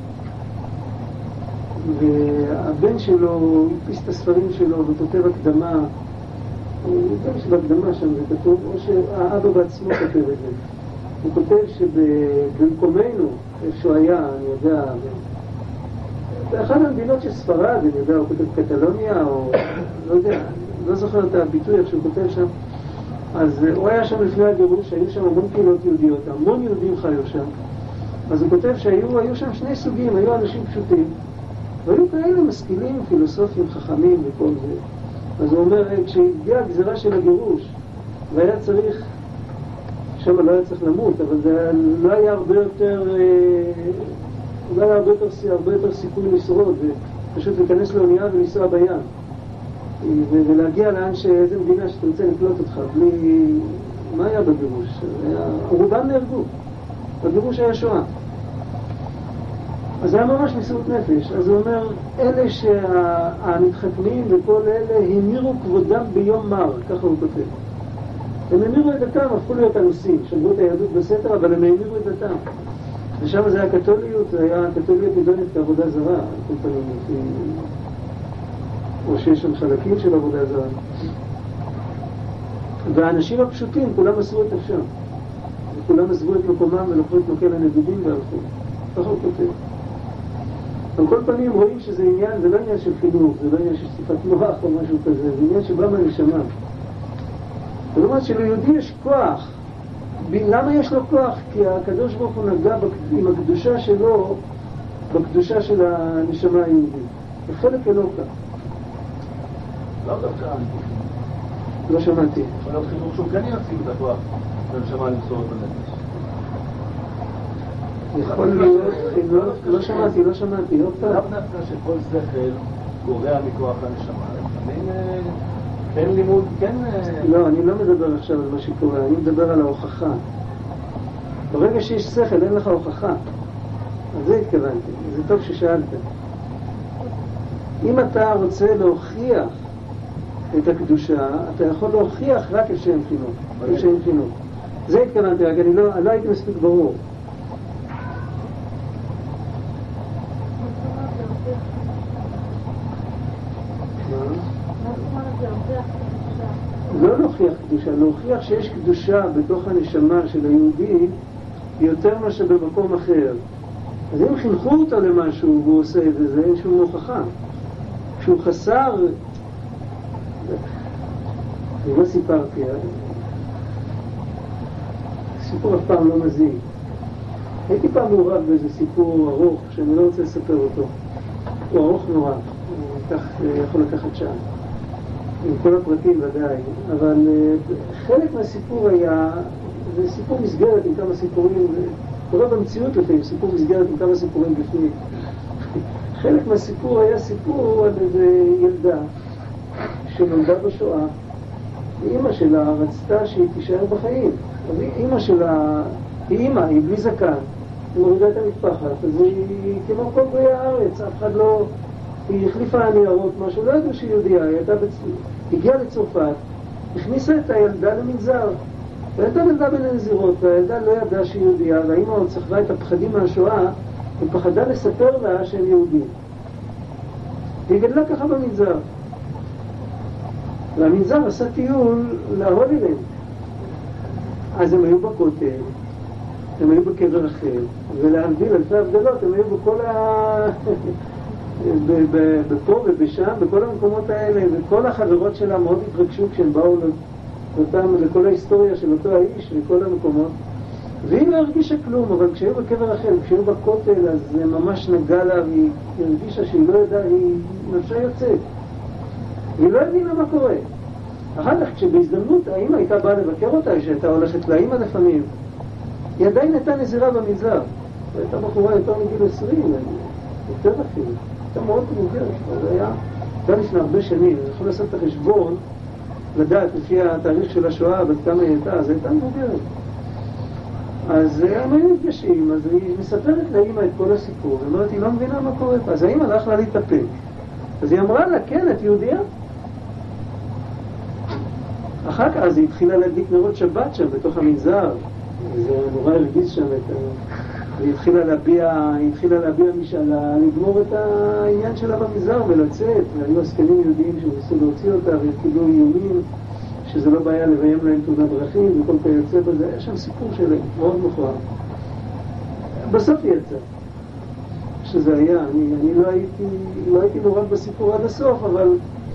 והבן שלו הדפיס את הספרים שלו וכותב הקדמה, גם שבהקדמה שם זה כתוב, או שהאבא בעצמו כותב את זה. הוא כותב שבמקומנו, איפה שהוא היה, אני יודע, באחד המדינות של ספרד, אני יודע, הוא כותב קטלוניה, או לא יודע, לא זוכר את הביטוי איך שהוא כותב שם. אז הוא היה שם לפני הגירוש, היו שם המון קהילות יהודיות, המון יהודים חיו שם. אז הוא כותב שהיו היו שם שני סוגים, היו אנשים פשוטים. והיו כאלה משכילים, פילוסופים, חכמים וכל זה. אז הוא אומר, כשהגיעה הגזירה של הגירוש, והיה צריך, שם לא היה צריך למות, אבל זה לא היה הרבה יותר, לא היה הרבה יותר, הרבה יותר סיכוי לשרוד, ופשוט להיכנס לאונייה ולנסוע בים. ולהגיע לאן שאיזה מדינה שתרצה לקלוט אותך, בלי... מה היה בגירוש? היה... רובם נהרגו. בגירוש היה שואה. אז זה היה ממש מסירות נפש. אז הוא אומר, אלה שהמתחכמים וכל אלה המירו כבודם ביום מר, ככה הוא כותב. הם המירו את דתם, הפכו להיות אנוסים, שמרו את היהדות בסתר, אבל הם המירו את דתם. ושם זה היה קתוליות, זה היה קתוליות נידונת כעבודה זרה, כל פעמים, או שיש שם חלקים של עבודה זרה. והאנשים הפשוטים, כולם מסרו את נפשם. וכולם עזבו את מקומם ולקחו את מקל הנדודים והלכו. ככה הוא כותב. על כל פנים רואים שזה עניין, זה לא עניין של חינוך, זה לא עניין של שטיפת מוח או משהו כזה, זה עניין שבא מהנשמה. זאת אומרת שליהודי יש כוח. למה יש לו כוח? כי הקדוש ברוך הוא נגע עם הקדושה שלו בקדושה של הנשמה היהודית. בחלק אלוקה. לא דווקא. לא שמעתי. אבל חינוך שהוא כן יציב את הכוח לנשמה למסור את הנפש. יכול להיות, לא שמעתי, לא שמעתי, לא פעם. לאו דווקא שכל שכל גורע מכוח הנשמה. לפעמים כן לימוד, כן... לא, אני לא מדבר עכשיו על מה שקורה, אני מדבר על ההוכחה. ברגע שיש שכל, אין לך הוכחה. אז זה התכוונתי, זה טוב ששאלת. אם אתה רוצה להוכיח את הקדושה, אתה יכול להוכיח רק איפה שאין חינוך. איפה שאין חינוך. זה התכוונתי, רק אני לא, לא הייתי מספיק ברור. לא להוכיח קדושה, להוכיח שיש קדושה בתוך הנשמה של היהודי יותר מאשר במקום אחר. אז אם חינכו אותו למשהו והוא עושה את זה, זה אין שום הוכחה. כשהוא חסר... אני לא סיפרתי, סיפור אף פעם לא מזיק. הייתי פעם מעורב באיזה סיפור ארוך שאני לא רוצה לספר אותו. הוא ארוך נורא, הוא יכול לקחת שעה. עם כל הפרטים ודאי, אבל חלק מהסיפור היה, זה סיפור מסגרת עם כמה סיפורים, קורה במציאות לפעמים, סיפור מסגרת עם כמה סיפורים בפנים. חלק מהסיפור היה סיפור על איזה ילדה שנולדה בשואה, ואימא שלה רצתה שהיא תישאר בחיים. אז אימא שלה, היא אימא, היא בלי זקן, היא מורידה את המטפחת, אז היא כמו כל בריאה הארץ, אף אחד לא... היא החליפה ניירות משהו, לא ידעו שהיא יהודייה, היא הייתה בצ... הגיעה לצרפת, הכניסה את הילדה למנזר. והילדה ילדה בין הנזירות, והילדה לא ידעה שהיא יהודייה, והאמא עוד סחבה את הפחדים מהשואה, היא פחדה לספר לה שהם יהודים. והיא גדלה ככה במנזר. והמנזר עשה טיול להולילנד. אז הם היו בכותל, הם היו בקבר אחר, ולהבדיל אלפי הבדלות, הם היו בכל ה... בפה ובשם, בכל המקומות האלה, וכל החברות שלה מאוד התרגשו כשהם באו לאותם, לכל ההיסטוריה של אותו האיש וכל המקומות, והיא לא הרגישה כלום. אבל כשהיו בקבר אחר, כשהיו בכותל, אז זה ממש נגע לה, והיא הרגישה שהיא לא ידעה, היא נפשה יוצאת, היא לא הבינה מה קורה. אחר כך כשבהזדמנות האמא הייתה באה לבקר אותה, שהייתה הולכת לאמא לפעמים, היא עדיין הייתה נזירה במנזר, והייתה בחורה יותר מגיל עשרים, יותר אפילו, הייתה מאוד מוגרת. זה היה, זה לפני הרבה שנים, אני יכול לעשות את החשבון, לדעת לפי התאריך של השואה, בת כמה היא הייתה, אז הייתה מוגרת. אז הם היו נפגשים, אז היא מספרת לאמא את כל הסיפור, היא אומרת, היא לא מבינה מה קורה פה, אז האמא הלך לה להתאפק. אז היא אמרה לה, כן, את יהודיה? אחר כך אז היא התחילה להדליק נרות שבת שם בתוך המנזר, זה נורא הרגיז שם את ה... והיא התחילה להביע, היא התחילה להביע משאלה, לגמור את העניין שלה במנזר ולצאת, והיו עסקנים יהודים שניסו להוציא אותה וקיבלו איומים שזה לא בעיה לביים להם תאונת דרכים וכל כך יוצא בזה. היה שם סיפור שלהם, מאוד מכוער. בסוף היא יצא שזה היה, אני, אני לא הייתי, לא הייתי מעורב בסיפור עד הסוף, אבל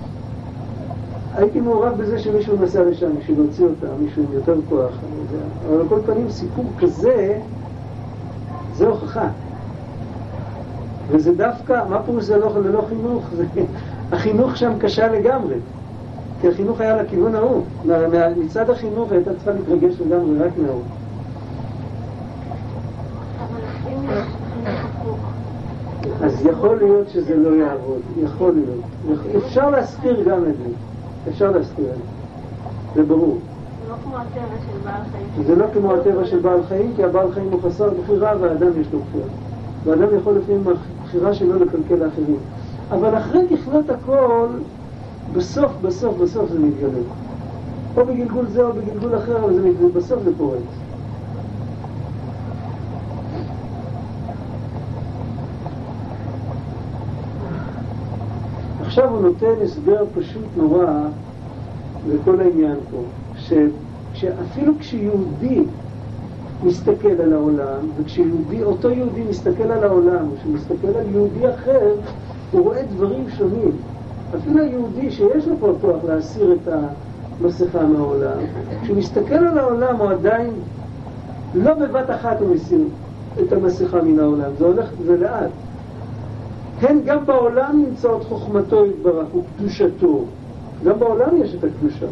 הייתי מעורב בזה שמישהו נסע לשם, מישהו להוציא אותה, מישהו עם יותר כוח, אבל על כל פנים סיפור כזה זה הוכחה. וזה דווקא, מה פירוש זה לא, ללא חינוך? זה, החינוך שם קשה לגמרי, כי החינוך היה לכיוון ההוא. מצד החינוך הייתה צריכה להתרגש לגמרי רק מההוא. אז יכול להיות שזה לא יעבוד, יכול להיות. אפשר להזכיר גם את זה. אפשר להזכיר את זה. זה ברור. זה לא כמו הטבע של בעל חיים. זה לא כמו הטבע של בעל חיים, כי הבעל חיים הוא חסר בחירה והאדם יש לו בחירה. והאדם יכול לפעמים הבחירה שלו לקלקל לאחרים. אבל אחרי ככלות הכל, בסוף, בסוף, בסוף זה מתגלה. או בגלגול זה או בגלגול אחר, אבל זה מתגלה. בסוף זה פורץ. עכשיו הוא נותן הסבר פשוט נורא לכל העניין פה, ש, שאפילו כשיהודי מסתכל על העולם, וכשיהודי, אותו יהודי מסתכל על העולם, וכשהוא מסתכל על יהודי אחר, הוא רואה דברים שונים. אפילו היהודי שיש לו פה כוח להסיר את המסכה מהעולם, כשהוא מסתכל על העולם הוא עדיין לא בבת אחת הוא מסיר את המסכה מן העולם, זה הולך, זה לאט. הן גם בעולם נמצאות חוכמתו יתברך וקדושתו. גם בעולם יש את הקדושה.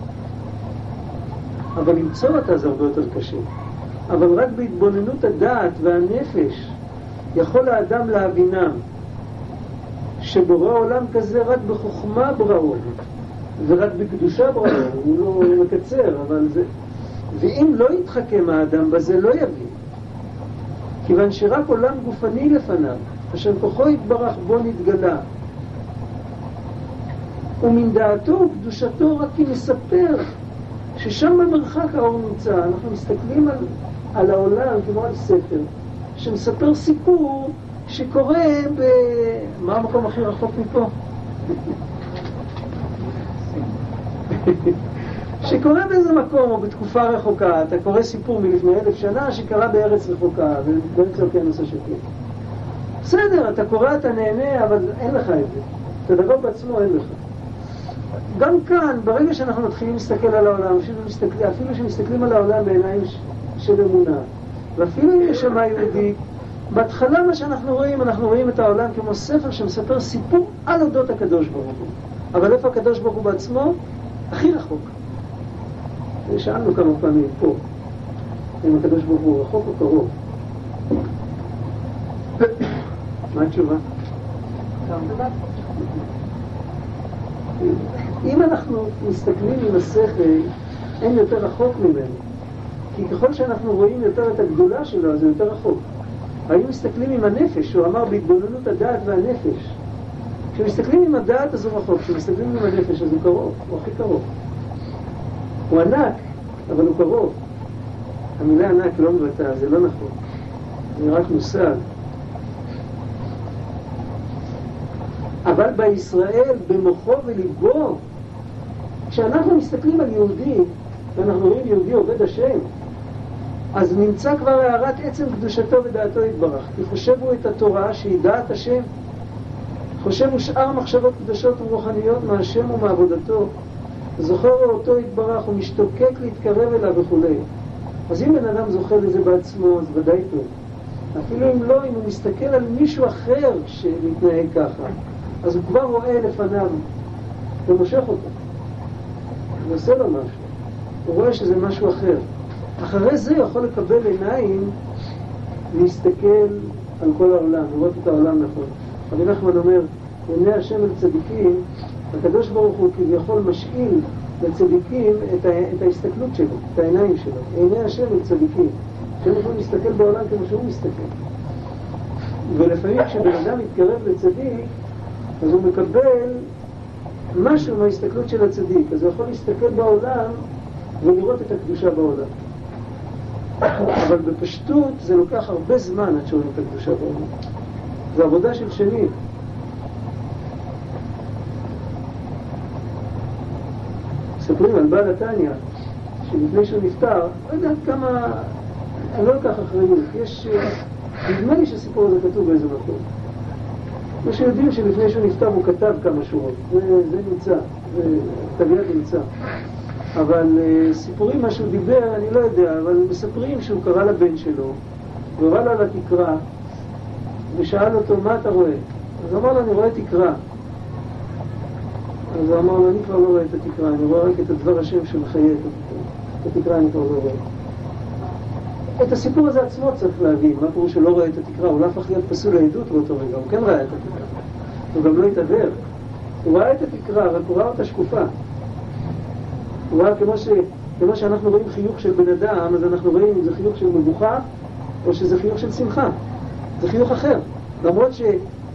אבל למצוא אותה זה הרבה יותר קשה. אבל רק בהתבוננות הדעת והנפש יכול האדם להבינם שבורא עולם כזה רק בחוכמה בראו ורק בקדושה בראו. הוא לא מקצר, אבל זה... ואם לא יתחכם האדם בזה לא יבין. כיוון שרק עולם גופני לפניו, אשר כוחו יתברך בו נתגלה. ומן דעתו וקדושתו רק כי מספר ששם במרחק האור נמצא. אנחנו מסתכלים על, על העולם כמו על ספר שמספר סיפור שקורה ב... מה המקום הכי רחוק מפה? שקורה באיזה מקום או בתקופה רחוקה. אתה קורא סיפור מלפני אלף שנה שקרה בארץ רחוקה ובארץ אוקיינוס השקט. בסדר, אתה קורא, אתה נהנה, אבל אין לך את זה. את הדבר בעצמו אין לך. גם כאן, ברגע שאנחנו מתחילים להסתכל על העולם, אפילו, מסתכל, אפילו שמסתכלים על העולם בעיניים של אמונה, ואפילו אם יש שמה יהודית, בהתחלה מה שאנחנו רואים, אנחנו רואים את העולם כמו ספר שמספר סיפור על אודות הקדוש ברוך הוא. אבל איפה הקדוש ברוך הוא בעצמו? הכי רחוק. שאלנו כמה פעמים פה, אם הקדוש ברוך הוא רחוק או קרוב. מה התשובה? אם אנחנו מסתכלים עם השכל, אין יותר רחוק ממנו. כי ככל שאנחנו רואים יותר את הגדולה שלו, זה יותר רחוק. היו מסתכלים עם הנפש, הוא אמר בהתבוננות הדעת והנפש. כשמסתכלים עם הדעת אז הוא רחוק, כשמסתכלים עם הנפש אז הוא קרוב, הוא הכי קרוב. הוא ענק, אבל הוא קרוב. המילה ענק לא מבטא, זה לא נכון. זה רק מושג. אבל בישראל, במוחו וליבו, כשאנחנו מסתכלים על יהודי, ואנחנו רואים יהודי עובד השם, אז נמצא כבר הערת עצם קדושתו ודעתו יתברך. כי חושבו את התורה שהיא דעת השם, חושבו שאר מחשבות קדושות ורוחניות מהשם ומעבודתו, זוכר אותו יתברך ומשתוקק להתקרב אליו וכו'. אז אם בן אדם זוכר לזה בעצמו, אז ודאי טוב. אפילו אם לא, אם הוא מסתכל על מישהו אחר שמתנהג ככה, אז הוא כבר רואה לפניו ומושך אותו. הוא עושה לו משהו. הוא רואה שזה משהו אחר. אחרי זה יכול לקבל עיניים להסתכל על כל העולם, לראות את העולם נכון. רבי נחמן אומר, עיני השם אל צדיקים, הקדוש ברוך הוא כביכול משאיל לצדיקים את, ה... את ההסתכלות שלו, את העיניים שלו. עיני השם אל צדיקים. שהם יכולים להסתכל בעולם כמו שהוא מסתכל. ולפעמים כשבן אדם מתקרב לצדיק, אז הוא מקבל משהו מההסתכלות של הצדיק. אז הוא יכול להסתכל בעולם ולראות את הקדושה בעולם. אבל בפשטות זה לוקח הרבה זמן עד שרואים את הקדושה בעולם. זו עבודה של שנים. מספרים על בעל התניא, שלפני שהוא נפטר, לא יודע כמה, אני לא לקח אחריות, יש, נדמה לי שהסיפור הזה כתוב באיזה מקום. מה שיודעים שלפני שהוא נפטר הוא כתב כמה שורות, זה, זה נמצא, זה תביעת נמצא. אבל סיפורים מה שהוא דיבר, אני לא יודע, אבל מספרים שהוא קרא לבן שלו, וראה לו על התקרה, ושאל אותו, מה אתה רואה? אז אמר לו, אני רואה תקרה. אז הוא אמר לו, אני כבר לא רואה את התקרה, אני רואה רק את הדבר השם שמחיה את התקרה. את התקרה אני כבר לא רואה. את הסיפור הזה עצמו צריך להבין, מה פירוש שלא רואה את התקרה, הוא לא הפך להיות פסול לעדות באותו רגע, הוא כן ראה את התקרה. הוא גם לא התעבר. הוא ראה את התקרה, רק הוא ראה אותה שקופה. הוא ראה כמו, ש... כמו שאנחנו רואים חיוך של בן אדם, אז אנחנו רואים אם זה חיוך של מבוכה, או שזה חיוך של שמחה. זה חיוך אחר. למרות שאתה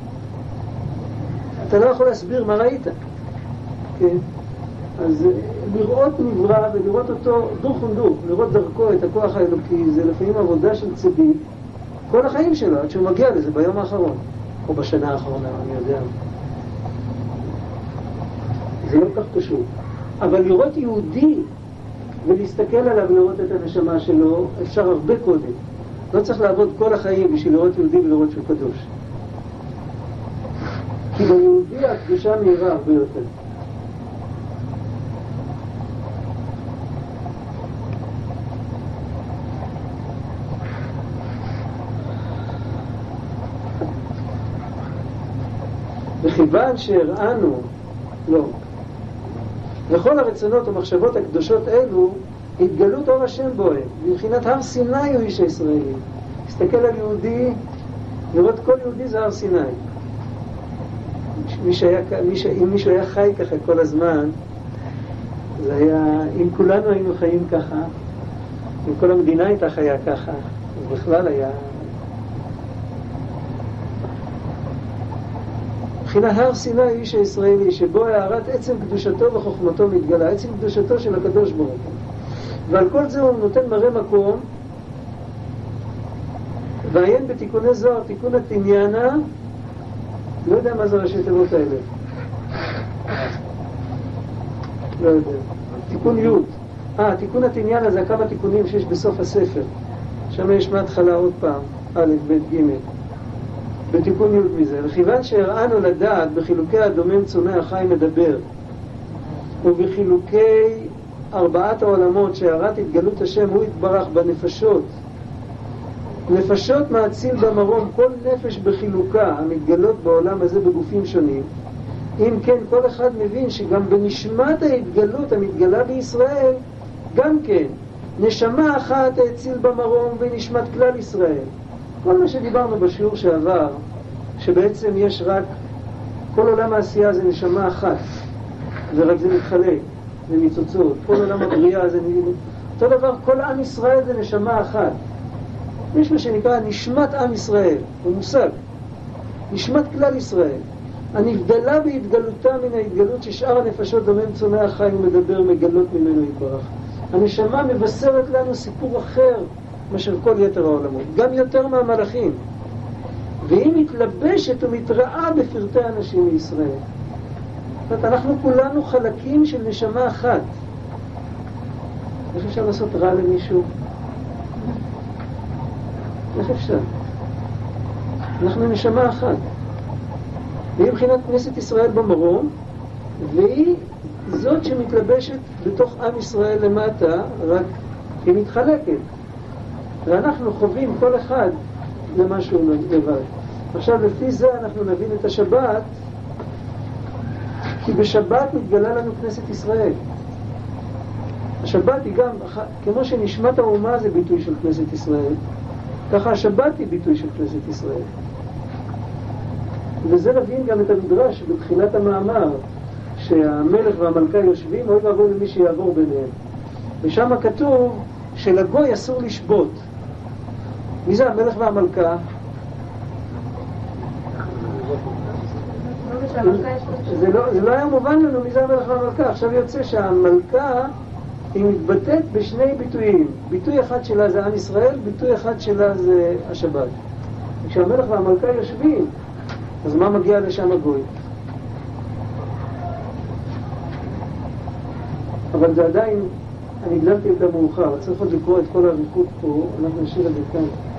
לא יכול להסביר מה ראית. כן? אז לראות נברא ולראות אותו דוך ונדוך, לראות דרכו את הכוח האלוקי, זה לפעמים עבודה של צדיק, כל החיים שלו, עד שהוא מגיע לזה ביום האחרון, או בשנה האחרונה, אני יודע. זה לא כך פשוט. אבל לראות יהודי ולהסתכל עליו ולראות את הנשמה שלו, אפשר הרבה קודם. לא צריך לעבוד כל החיים בשביל לראות יהודי ולראות שהוא קדוש. כי ביהודי הקדושה מהירה הרבה יותר. וכיוון שהראינו, לא, לכל הרצונות ומחשבות הקדושות אלו, התגלות אור השם בוהם, מבחינת הר סיני הוא איש הישראלי. תסתכל על יהודי, לראות כל יהודי זה הר סיני. מי שהיה, מי ש... אם מישהו היה חי ככה כל הזמן, זה היה, אם כולנו היינו חיים ככה, אם כל המדינה הייתה חיה ככה, אז בכלל היה... מבחינת הר סיני הוא איש הישראלי, שבו הערת עצם קדושתו וחוכמתו מתגלה, עצם קדושתו של הקדוש ברוך הוא. ועל כל זה הוא נותן מראה מקום, ועיין בתיקוני זוהר, תיקון התניאנה, לא יודע מה זה ראשי תיבות האלה. לא יודע. תיקון י'. אה, תיקון התניאנה זה כמה תיקונים שיש בסוף הספר. שם יש מההתחלה עוד פעם, א', ב', ג'. בתיקון י' מזה. וכיוון שהראינו לדעת בחילוקי הדומם צומח חי מדבר, ובחילוקי ארבעת העולמות שהערת התגלות השם הוא יתברך בנפשות, נפשות מעציל במרום כל נפש בחילוקה המתגלות בעולם הזה בגופים שונים. אם כן כל אחד מבין שגם בנשמת ההתגלות המתגלה בישראל גם כן נשמה אחת העציל במרום ונשמת כלל ישראל. כל מה שדיברנו בשיעור שעבר, שבעצם יש רק כל עולם העשייה זה נשמה אחת ורק זה מתחלק וניצוצות, כל עולם הבריאה זה אותו דבר, כל עם ישראל זה נשמה אחת. יש מה שנקרא נשמת עם ישראל, הוא מושג נשמת כלל ישראל הנבדלה בהתגלותה מן ההתגלות ששאר הנפשות דומם צומח חי ומדבר מגלות ממנו יתברך. הנשמה מבשרת לנו סיפור אחר מאשר כל יתר העולמות, גם יותר מהמלאכים, והיא מתלבשת ומתראה בפרטי אנשים מישראל. זאת אומרת, אנחנו כולנו חלקים של נשמה אחת. איך אפשר לעשות רע למישהו? איך אפשר? אנחנו נשמה אחת. והיא מבחינת כנסת ישראל במרום, והיא זאת שמתלבשת בתוך עם ישראל למטה, רק היא מתחלקת. ואנחנו חווים כל אחד למשהו לבד. עכשיו לפי זה אנחנו נבין את השבת, כי בשבת מתגלה לנו כנסת ישראל. השבת היא גם, כמו שנשמת האומה זה ביטוי של כנסת ישראל, ככה השבת היא ביטוי של כנסת ישראל. וזה נבין גם את המדרש בתחילת המאמר, שהמלך והמלכה יושבים, אוי ואבוי למי שיעבור ביניהם. ושם כתוב שלגוי אסור לשבות. מי זה המלך והמלכה? זה לא, זה לא היה מובן לנו מי זה המלך והמלכה. עכשיו יוצא שהמלכה היא מתבטאת בשני ביטויים. ביטוי אחד שלה זה עם ישראל, ביטוי אחד שלה זה השבת. כשהמלך והמלכה יושבים, אז מה מגיע לשם הגוי? אבל זה עדיין, אני הגדלתי את המאוחר, צריך עוד לקרוא את כל הריחות פה, אנחנו נשאיר את זה כאן.